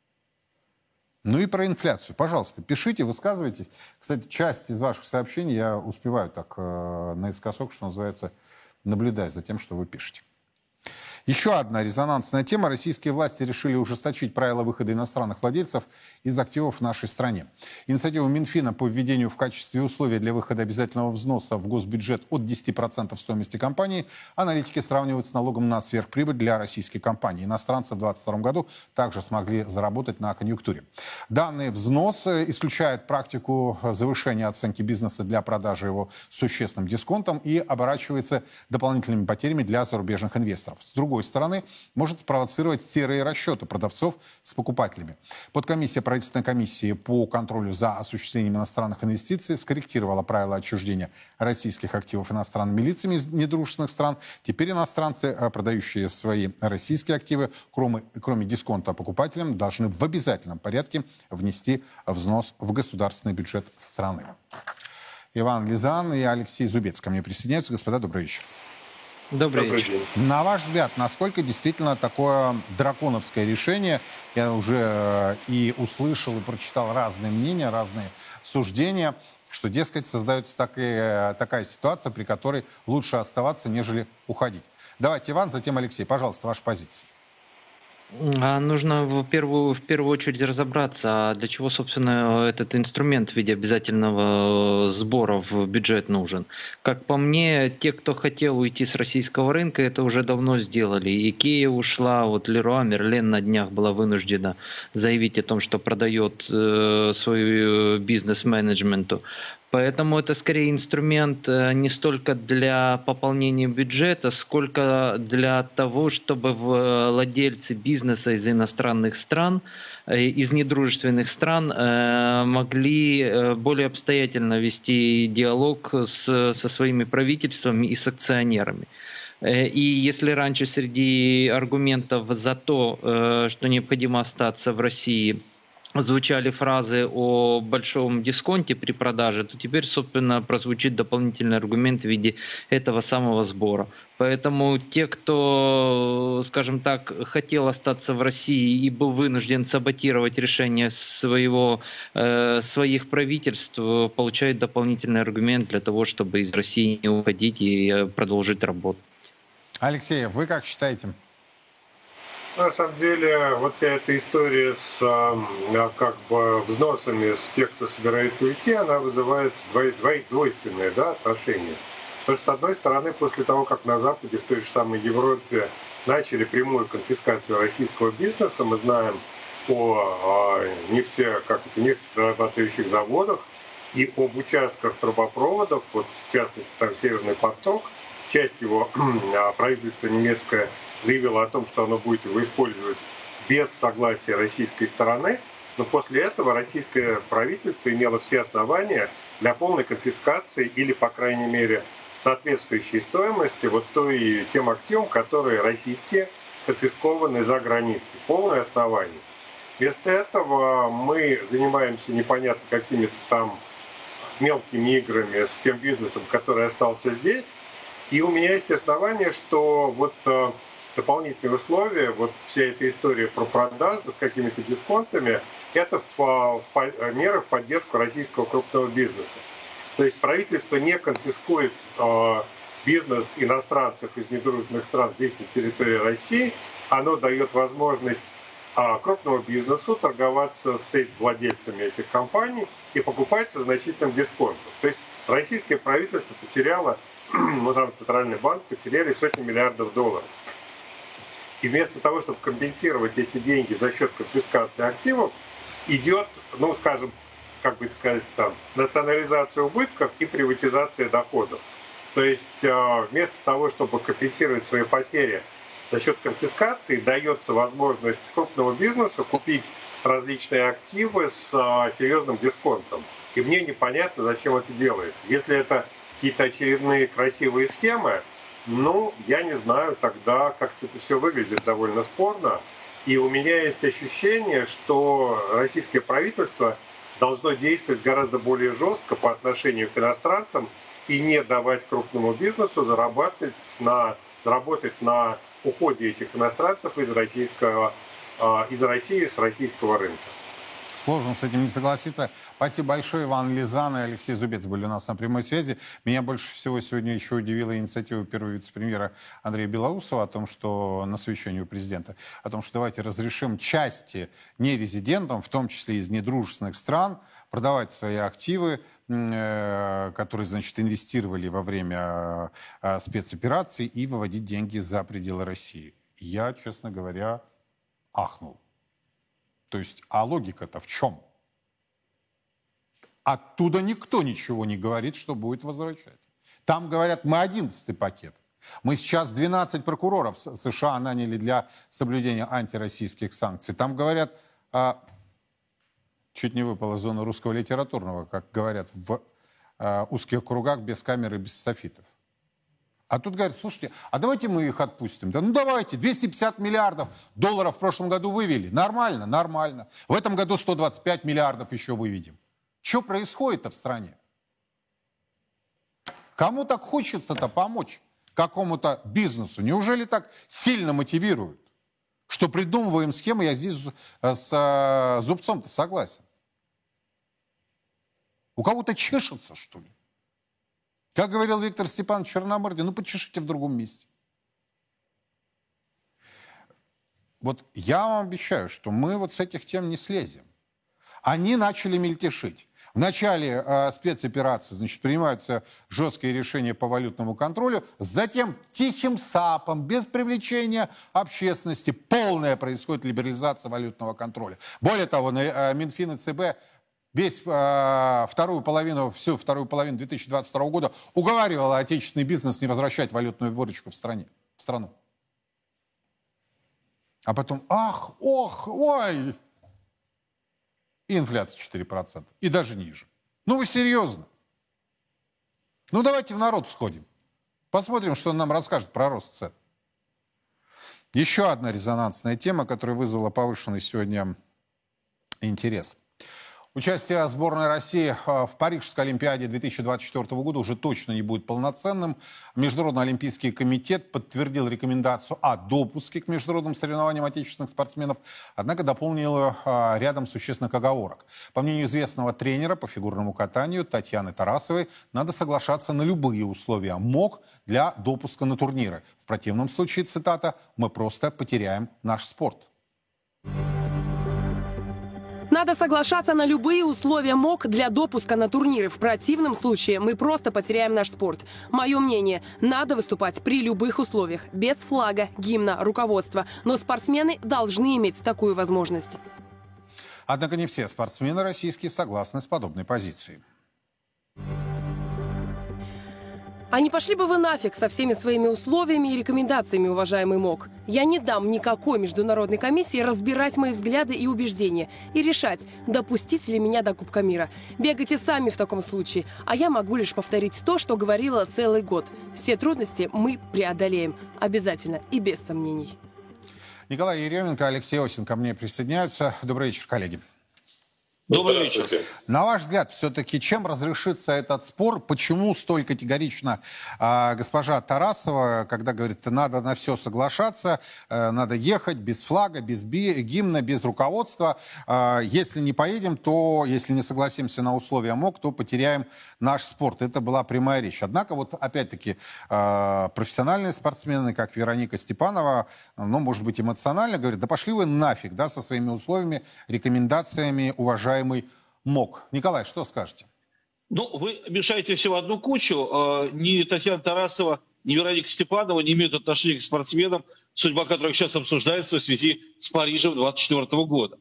Ну и про инфляцию. Пожалуйста, пишите, высказывайтесь. Кстати, часть из ваших сообщений я успеваю так наискосок, что называется, наблюдать за тем, что вы пишете. Еще одна резонансная тема. Российские власти решили ужесточить правила выхода иностранных владельцев из активов в нашей стране. Инициатива Минфина по введению в качестве условия для выхода обязательного взноса в госбюджет от 10% стоимости компании аналитики сравнивают с налогом на сверхприбыль для российских компаний. Иностранцы в 2022 году также смогли заработать на конъюнктуре. Данный взнос исключает практику завышения оценки бизнеса для продажи его с существенным дисконтом и оборачивается дополнительными потерями для зарубежных инвесторов. С другой стороны, может спровоцировать серые расчеты продавцов с покупателями. Подкомиссия правительственной комиссии по контролю за осуществлением иностранных инвестиций скорректировала правила отчуждения российских активов иностранными лицами из недружественных стран. Теперь иностранцы, продающие свои российские активы, кроме дисконта покупателям, должны в обязательном порядке внести взнос в государственный бюджет страны. Иван Лизан и Алексей Зубец ко мне присоединяются. Господа, добрый вечер. Добрый вечер. На ваш взгляд, насколько действительно такое драконовское решение, я уже и услышал, и прочитал разные мнения, разные суждения, что, дескать, создается такая ситуация, при которой лучше оставаться, нежели уходить. Давайте, Иван, затем Алексей. Пожалуйста, ваша позиция. Нужно в первую очередь разобраться, для чего, собственно, этот инструмент в виде обязательного сбора в бюджет нужен. Как по мне, те, кто хотел уйти с российского рынка, это уже давно сделали. Икея ушла, вот Леруа Мерлен на днях была вынуждена заявить о том, что продает свой бизнес-менеджменту. Поэтому это скорее инструмент не столько для пополнения бюджета, сколько для того, чтобы владельцы бизнеса из иностранных стран, из недружественных стран могли более обстоятельно вести диалог со своими правительствами и с акционерами. И если раньше среди аргументов за то, что необходимо остаться в России, звучали фразы о большом дисконте при продаже, то теперь, собственно, прозвучит дополнительный аргумент в виде этого самого сбора. Поэтому те, кто, скажем так, хотел остаться в России и был вынужден саботировать решение своих правительств, получают дополнительный аргумент для того, чтобы из России не уходить и продолжить работу. Алексей, вы как считаете? На самом деле, вот вся эта история с как бы взносами с тех, кто собирается уйти, она вызывает двойственное отношение. Потому что, с одной стороны, после того, как на Западе, в той же самой Европе, начали прямую конфискацию российского бизнеса, мы знаем о нефтеперерабатывающих заводах и об участках трубопроводов, вот, в частности, там Северный поток, часть его правительства немецкое заявило о том, что оно будет его использовать без согласия российской стороны. Но после этого российское правительство имело все основания для полной конфискации или, по крайней мере, соответствующей стоимости вот тем активам, которые российские конфискованы за границей. Полное основание. Вместо этого мы занимаемся непонятно какими-то там мелкими играми с тем бизнесом, который остался здесь. И у меня есть основания, что вот дополнительные условия, вот вся эта история про продажу с какими-то дисконтами, это меры в поддержку российского крупного бизнеса. То есть правительство не конфискует бизнес иностранцев из недружественных стран здесь на территории России, оно дает возможность крупному бизнесу торговаться с владельцами этих компаний и покупать со значительным дисконтом. То есть российское правительство потеряло, ну там Центральный банк потеряли сотни миллиардов долларов. И вместо того, чтобы компенсировать эти деньги за счет конфискации активов, идет, ну скажем, как бы сказать, там, национализация убытков и приватизация доходов. То есть вместо того, чтобы компенсировать свои потери за счет конфискации, дается возможность крупному бизнесу купить различные активы с серьезным дисконтом. И мне непонятно, зачем это делается. Если это какие-то очередные красивые схемы, ну, я не знаю, тогда как-то это все выглядит довольно спорно. И у меня есть ощущение, что российское правительство должно действовать гораздо более жестко по отношению к иностранцам и не давать крупному бизнесу заработать на уходе этих иностранцев из России с российского рынка. Сложно с этим не согласиться. Спасибо большое. Иван Лизан и Алексей Зубец были у нас на прямой связи. Меня больше всего сегодня еще удивила инициатива первого вице-премьера Андрея Белоусова о том, что на совещании у президента, о том, что давайте разрешим части нерезидентам, в том числе из недружественных стран, продавать свои активы, которые, значит, инвестировали во время спецопераций, и выводить деньги за пределы России. Я, честно говоря, ахнул. То есть, а логика-то в чем? Оттуда никто ничего не говорит, что будет возвращать. Там говорят, мы 11-й пакет. Мы сейчас 12 прокуроров США наняли для соблюдения антироссийских санкций. Там говорят, чуть не выпала зона русского литературного, как говорят в узких кругах, без камеры, без софитов. А тут говорят, слушайте, а давайте мы их отпустим. Да ну давайте, 250 миллиардов долларов в прошлом году вывели. Нормально, нормально. В этом году 125 миллиардов еще выведем. Что происходит-то в стране? Кому так хочется-то помочь какому-то бизнесу? Неужели так сильно мотивируют, что придумываем схемы? Я здесь с Зубцом-то согласен. У кого-то чешется, что ли? Как говорил Виктор Степанович Черномырдин, ну почешите в другом месте. Вот я вам обещаю, что мы вот с этих тем не слезем. Они начали мельтешить. В начале спецоперации, значит, принимаются жесткие решения по валютному контролю, затем тихим сапом, без привлечения общественности, полная происходит либерализация валютного контроля. Более того, Минфин и ЦБ всю вторую половину 2022 года уговаривал отечественный бизнес не возвращать валютную выручку в страну. А потом, ах, ох, ой, и инфляция 4%, и даже ниже. Ну вы серьезно? Ну давайте в народ сходим, посмотрим, что он нам расскажет про рост цен. Еще одна резонансная тема, которая вызвала повышенный сегодня интерес. Участие сборной России в Парижской Олимпиаде 2024 года уже точно не будет полноценным. Международный олимпийский комитет подтвердил рекомендацию о допуске к международным соревнованиям отечественных спортсменов, однако дополнил рядом существенных оговорок. По мнению известного тренера по фигурному катанию Татьяны Тарасовой, надо соглашаться на любые условия МОК для допуска на турниры. В противном случае, цитата, «мы просто потеряем наш спорт». Надо соглашаться на любые условия МОК для допуска на турниры. В противном случае мы просто потеряем наш спорт. Мое мнение, надо выступать при любых условиях. Без флага, гимна, руководства. Но спортсмены должны иметь такую возможность. Однако не все спортсмены российские согласны с подобной позицией. А не пошли бы вы нафиг со всеми своими условиями и рекомендациями, уважаемый МОК. Я не дам никакой международной комиссии разбирать мои взгляды и убеждения и решать, допустить ли меня до Кубка мира. Бегайте сами в таком случае, а я могу лишь повторить то, что говорила целый год. Все трудности мы преодолеем. Обязательно и без сомнений. Николай Еременко, Алексей Осин ко мне присоединяются. Добрый вечер, коллеги. Добрый вечер. На ваш взгляд, все-таки чем разрешится этот спор? Почему столь категорично госпожа Тарасова, когда говорит, надо на все соглашаться, надо ехать без флага, без гимна, без руководства. Если не поедем, то, если не согласимся на условия МОК, то потеряем наш спорт. Это была прямая речь. Однако, вот опять-таки, профессиональные спортсмены, как Вероника Степанова, ну, может быть, эмоционально говорят, да пошли вы нафиг, да, со своими условиями, рекомендациями, уважаемый МОК. Николай, что скажете? Ну, вы мешаете все в одну кучу. Ни Татьяна Тарасова, ни Вероника Степанова не имеют отношения к спортсменам, судьба которых сейчас обсуждается в связи с Парижем 2024 года.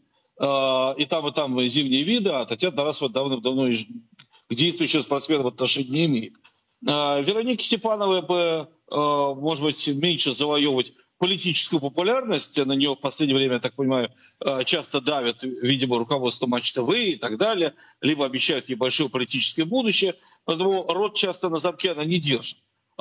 И там зимние виды, а Татьяна Тарасова давно к действующим спортсменам отношения не имеет. Веронике Степановой бы, может быть, меньше завоевывать политическую популярность. На нее в последнее время, я так понимаю, часто давят, видимо, руководство Матч ТВ и так далее, либо обещают небольшое политическое будущее. Поэтому рот часто на замке она не держит.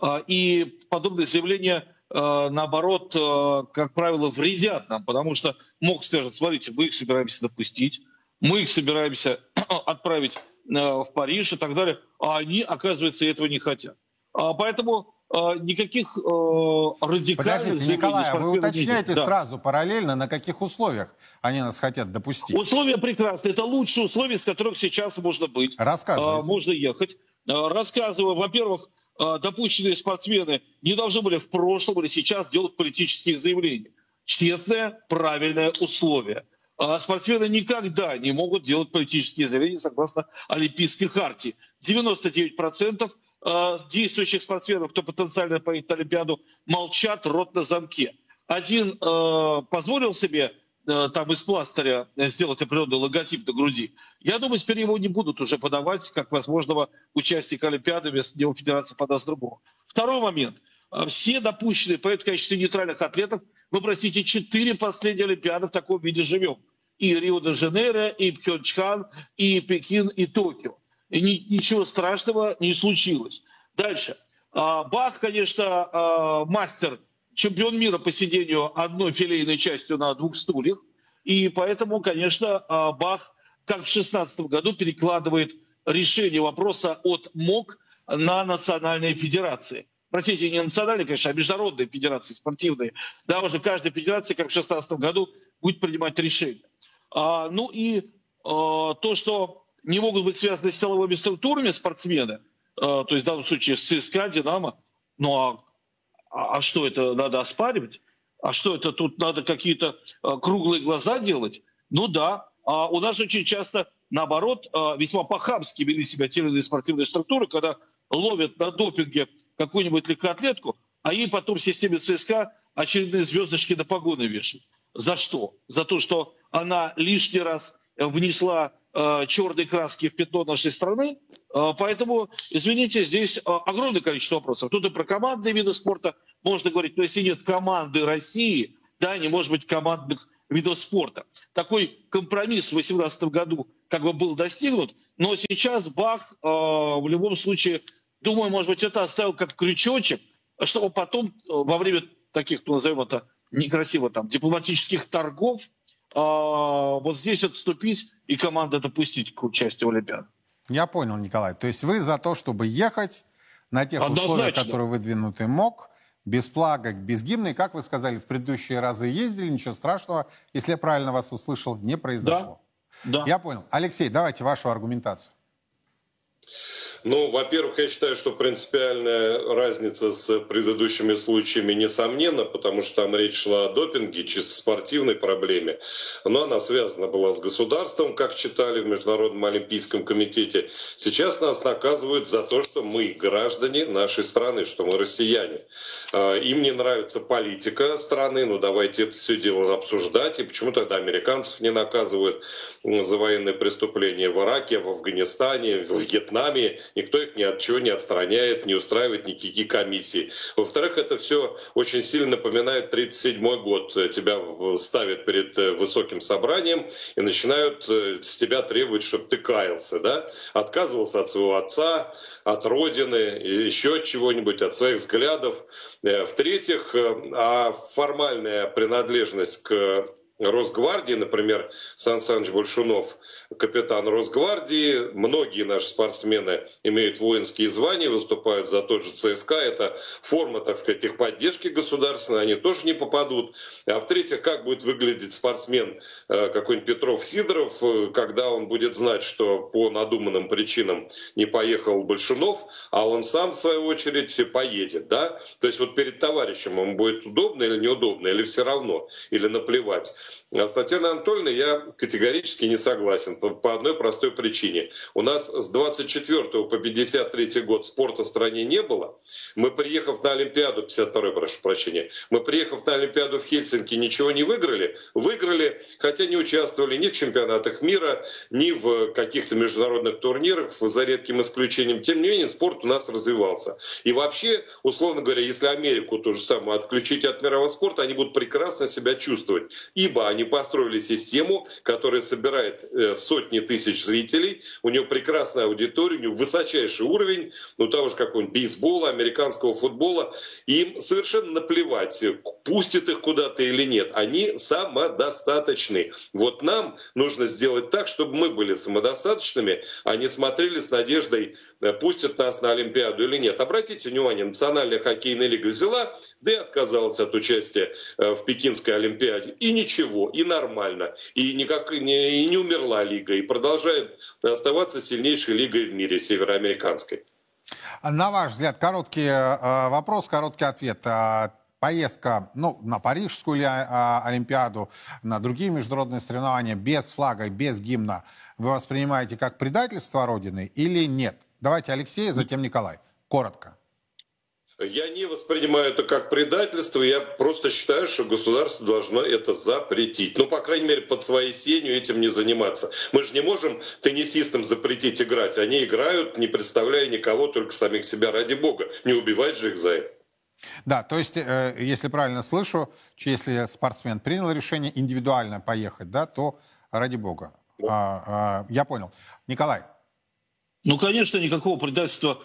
И подобные заявления, наоборот, как правило, вредят нам, потому что МОК скажет, смотрите, мы их собираемся допустить, мы их собираемся отправить в Париж и так далее, а они, оказывается, этого не хотят. Поэтому никаких радикальных... Подождите, Николай, вы уточняете сразу, параллельно, на каких условиях они нас хотят допустить? Условия прекрасные. Это лучшие условия, с которых сейчас можно быть. Рассказывайте. Можно ехать. Рассказываю. Во-первых, допущенные спортсмены не должны были в прошлом или сейчас делать политические заявления. Честное, правильное условие. Спортсмены никогда не могут делать политические заявления согласно Олимпийской хартии. 99% действующих спортсменов, кто потенциально поедет на Олимпиаду, молчат, рот на замке. Один позволил себе там из пластыря сделать определенный логотип на груди. Я думаю, теперь его не будут уже подавать как возможного участника Олимпиады, вместо него федерация подаст другого. Второй момент. Все допущенные поедут в качестве нейтральных атлетов. Мы, простите, 4 последние Олимпиады в таком виде живем. И Рио-де-Жанейро, и Пхёнчхан, и Пекин, и Токио. И ничего страшного не случилось. Дальше. Бах, конечно, мастер, чемпион мира по сидению одной филейной частью на 2 стульях. И поэтому, конечно, Бах, как в 2016 году, перекладывает решение вопроса от МОК на национальные федерации. Простите, не национальные, конечно, а международные федерации спортивные. Да, уже каждая федерация, как в 2016 году, будет принимать решение. Ну и то, что не могут быть связаны с силовыми структурами спортсмены, то есть в данном случае с ЦСКА, Динамо. Ну а что это надо оспаривать? А что это тут надо какие-то круглые глаза делать? Ну да. А у нас очень часто, наоборот, весьма по-хамски вели себя те или иные спортивные структуры, когда ловят на допинге какую-нибудь легкоатлетку, а ей потом в системе ЦСКА очередные звездочки на погоны вешают. За что? За то, что она лишний раз внесла черной краски в пятно нашей страны. Поэтому, извините, здесь огромное количество вопросов. Тут и про командные виды спорта можно говорить, но если нет команды России, да, не может быть командных видов спорта. Такой компромисс в 2018 году как бы был достигнут, но сейчас Бах в любом случае, думаю, может быть, это оставил как крючочек, чтобы потом во время таких, ну, назовем это некрасиво, там, дипломатических торгов, вот здесь отступить и команду допустить к участию в Олимпиаде. Я понял, Николай. То есть вы за то, чтобы ехать на тех условиях, которые выдвинуты МОК, без флага, без гимна, и, как вы сказали, в предыдущие разы ездили, ничего страшного, если я правильно вас услышал, не произошло. Да. Я понял. Алексей, давайте вашу аргументацию. Ну, во-первых, я считаю, что принципиальная разница с предыдущими случаями несомненна, потому что там речь шла о допинге, чисто спортивной проблеме. Но она связана была с государством, как читали в Международном олимпийском комитете. Сейчас нас наказывают за то, что мы граждане нашей страны, что мы россияне. Им не нравится политика страны, ну давайте это все дело обсуждать. И почему тогда американцев не наказывают за военные преступления в Ираке, в Афганистане, в Вьетнаме никто их ни от чего не отстраняет, не устраивает никакие комиссии. Во-вторых, это все очень сильно напоминает 1937 год. Тебя ставят перед высоким собранием и начинают с тебя требовать, чтобы ты каялся, да? Отказывался от своего отца, от родины, еще от чего-нибудь, от своих взглядов. В-третьих, формальная принадлежность к Росгвардии, например, Сан Саныч Большунов, капитан Росгвардии, многие наши спортсмены имеют воинские звания, выступают за тот же ЦСКА, это форма, так сказать, их поддержки государственной, они тоже не попадут. А в-третьих, как будет выглядеть спортсмен какой-нибудь Петров-Сидоров, когда он будет знать, что по надуманным причинам не поехал Большунов, а он сам, в свою очередь, поедет, да? То есть вот перед товарищем ему будет удобно или неудобно, или все равно, или наплевать. А с Татьяной Анатольевной я категорически не согласен по одной простой причине. У нас с 24 по 53 год спорта в стране не было. Мы, приехав на Олимпиаду, 52-й, прошу прощения, мы, приехав на Олимпиаду в Хельсинки, ничего не выиграли. Выиграли, хотя не участвовали ни в чемпионатах мира, ни в каких-то международных турнирах, за редким исключением. Тем не менее, спорт у нас развивался. И вообще, условно говоря, если Америку ту же самую отключить от мирового спорта, они будут прекрасно себя чувствовать. Ибо они построили систему, которая собирает сотни тысяч зрителей, у нее прекрасная аудитория, у нее высочайший уровень, ну того же какого-нибудь бейсбола, американского футбола. Им совершенно наплевать, пустят их куда-то или нет. Они самодостаточны. Вот нам нужно сделать так, чтобы мы были самодостаточными, а не смотрели с надеждой, пустят нас на Олимпиаду или нет. Обратите внимание, Национальная хоккейная лига взяла, да и отказалась от участия в Пекинской Олимпиаде. И ничего, и нормально. И не умерла лига, и продолжает оставаться сильнейшей лигой в мире, североамериканской. На ваш взгляд, короткий вопрос, короткий ответ. Поездка на Парижскую Олимпиаду, на другие международные соревнования без флага, без гимна вы воспринимаете как предательство Родины или нет? Давайте Алексей, затем Николай. Коротко. Я не воспринимаю это как предательство, я просто считаю, что государство должно это запретить. Ну, по крайней мере, под своей сенью этим не заниматься. Мы же не можем теннисистам запретить играть. Они играют, не представляя никого, только самих себя, ради бога. Не убивать же их за это. Да, то есть, если правильно слышу, если спортсмен принял решение индивидуально поехать, да, то ради бога. Я понял. Николай. Ну, конечно, никакого предательства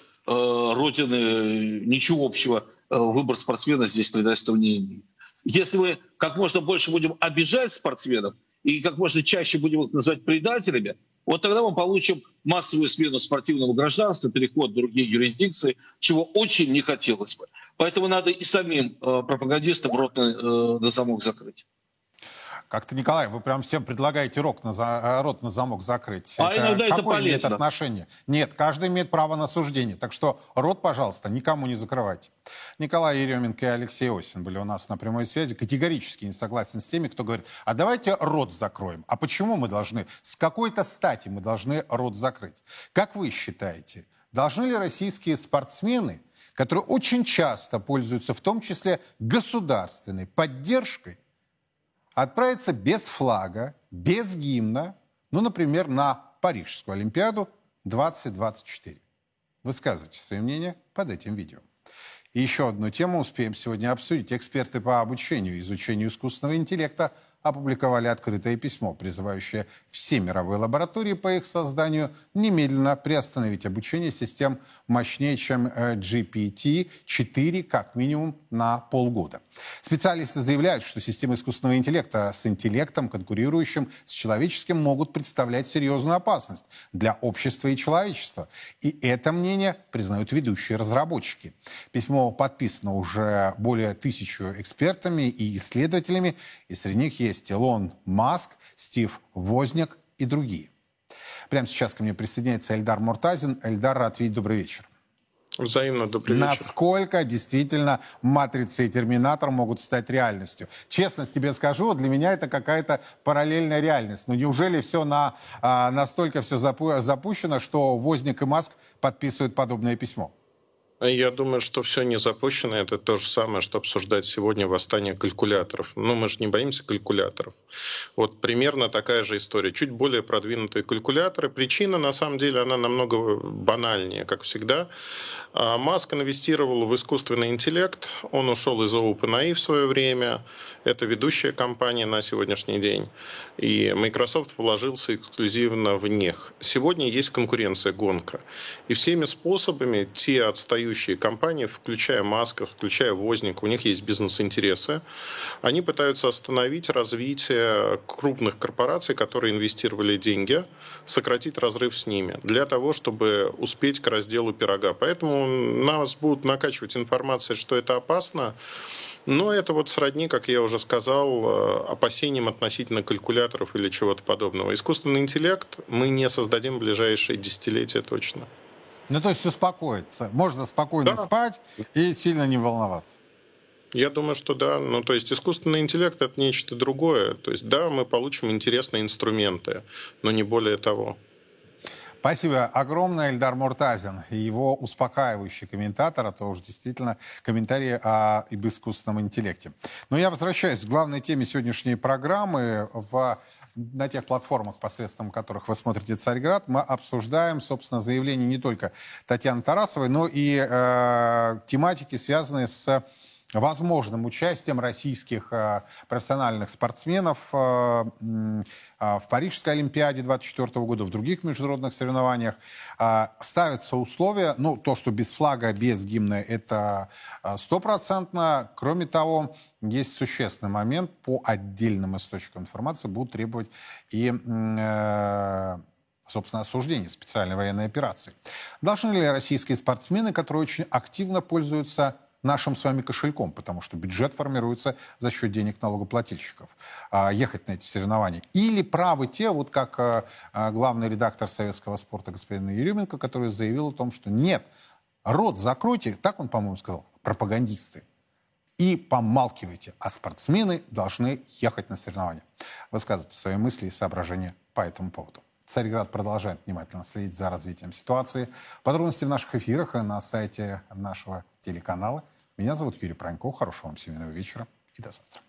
Родины, ничего общего. Выбор спортсмена здесь предательства не имеет. Если мы как можно больше будем обижать спортсменов и как можно чаще будем их называть предателями, вот тогда мы получим массовую смену спортивного гражданства, переход в другие юрисдикции, чего очень не хотелось бы. Поэтому надо и самим пропагандистам рот на замок закрыть. Как-то, Николай, вы прям всем предлагаете рот на замок закрыть. Иногда это какое имеет полезно. отношение? Нет, каждый имеет право на суждение. Так что рот, пожалуйста, никому не закрывайте. Николай Еременко и Алексей Осин были у нас на прямой связи. Категорически не согласен с теми, кто говорит, а давайте рот закроем. А почему мы должны, с какой-то стати мы должны рот закрыть? Как вы считаете, должны ли российские спортсмены, которые очень часто пользуются в том числе государственной поддержкой, отправиться без флага, без гимна, например, на Парижскую Олимпиаду 2024? Высказывайте свое мнение под этим видео. И еще одну тему успеем сегодня обсудить. Эксперты по обучению и изучению искусственного интеллекта опубликовали открытое письмо, призывающее все мировые лаборатории по их созданию немедленно приостановить обучение систем мощнее, чем GPT-4, как минимум на полгода. Специалисты заявляют, что системы искусственного интеллекта с интеллектом, конкурирующим с человеческим, могут представлять серьезную опасность для общества и человечества. И это мнение признают ведущие разработчики. Письмо подписано уже более 1000 экспертами и исследователями, и среди них есть Илон Маск, Стив Возняк и другие. Прямо сейчас ко мне присоединяется Эльдар Муртазин. Эльдар, рад видеть, добрый вечер. Взаимно, добрый вечер. Насколько действительно «Матрица» и «Терминатор» могут стать реальностью? Честно тебе скажу, для меня это какая-то параллельная реальность. Но неужели все настолько все запущено, что Возняк и Маск подписывают подобное письмо? Я думаю, что все не запущено. Это то же самое, что обсуждать сегодня восстание калькуляторов. Ну, мы же не боимся калькуляторов. Вот примерно такая же история. Чуть более продвинутые калькуляторы. Причина, на самом деле, она намного банальнее, как всегда. Маск инвестировал в искусственный интеллект. Он ушел из OpenAI в свое время. Это ведущая компания на сегодняшний день. И Microsoft вложился эксклюзивно в них. Сегодня есть конкуренция, гонка. И всеми способами те отстающие компании, включая Маска, включая Возника, у них есть бизнес-интересы, они пытаются остановить развитие крупных корпораций, которые инвестировали деньги, сократить разрыв с ними, для того, чтобы успеть к разделу пирога. Поэтому нас будут накачивать информацией, что это опасно, но это вот сродни, как я уже сказал, опасениям относительно калькуляторов или чего-то подобного. Искусственный интеллект мы не создадим в ближайшие десятилетия точно. Ну, то есть успокоиться. Можно спокойно спать и сильно не волноваться. Я думаю, что да. Ну, то есть искусственный интеллект — это нечто другое. То есть да, мы получим интересные инструменты, но не более того. Спасибо огромное, Эльдар Муртазин. И его успокаивающий комментатор, это уже действительно комментарии об искусственном интеллекте. Но я возвращаюсь к главной теме сегодняшней программы. На тех платформах, посредством которых вы смотрите «Царьград», мы обсуждаем, собственно, заявления не только Татьяны Тарасовой, но и тематики, связанные с возможным участием российских профессиональных спортсменов в Парижской Олимпиаде 2024 года, в других международных соревнованиях. Ставятся условия, ну, то, что без флага, без гимна, это 100%. Кроме того, есть существенный момент, по отдельным источникам информации будут требовать и, собственно, осуждения специальной военной операции. Должны ли российские спортсмены, которые очень активно пользуются нашим с вами кошельком, потому что бюджет формируется за счет денег налогоплательщиков, ехать на эти соревнования? Или правы те, вот как главный редактор «Советского спорта» господин Еременко, который заявил о том, что нет, рот закройте, так он, по-моему, сказал, пропагандисты, и помалкивайте, а спортсмены должны ехать на соревнования. Высказывайте свои мысли и соображения по этому поводу. Царьград продолжает внимательно следить за развитием ситуации. Подробности в наших эфирах и на сайте нашего телеканала. Меня зовут Юрий Пронько. Хорошего вам семейного вечера и до завтра.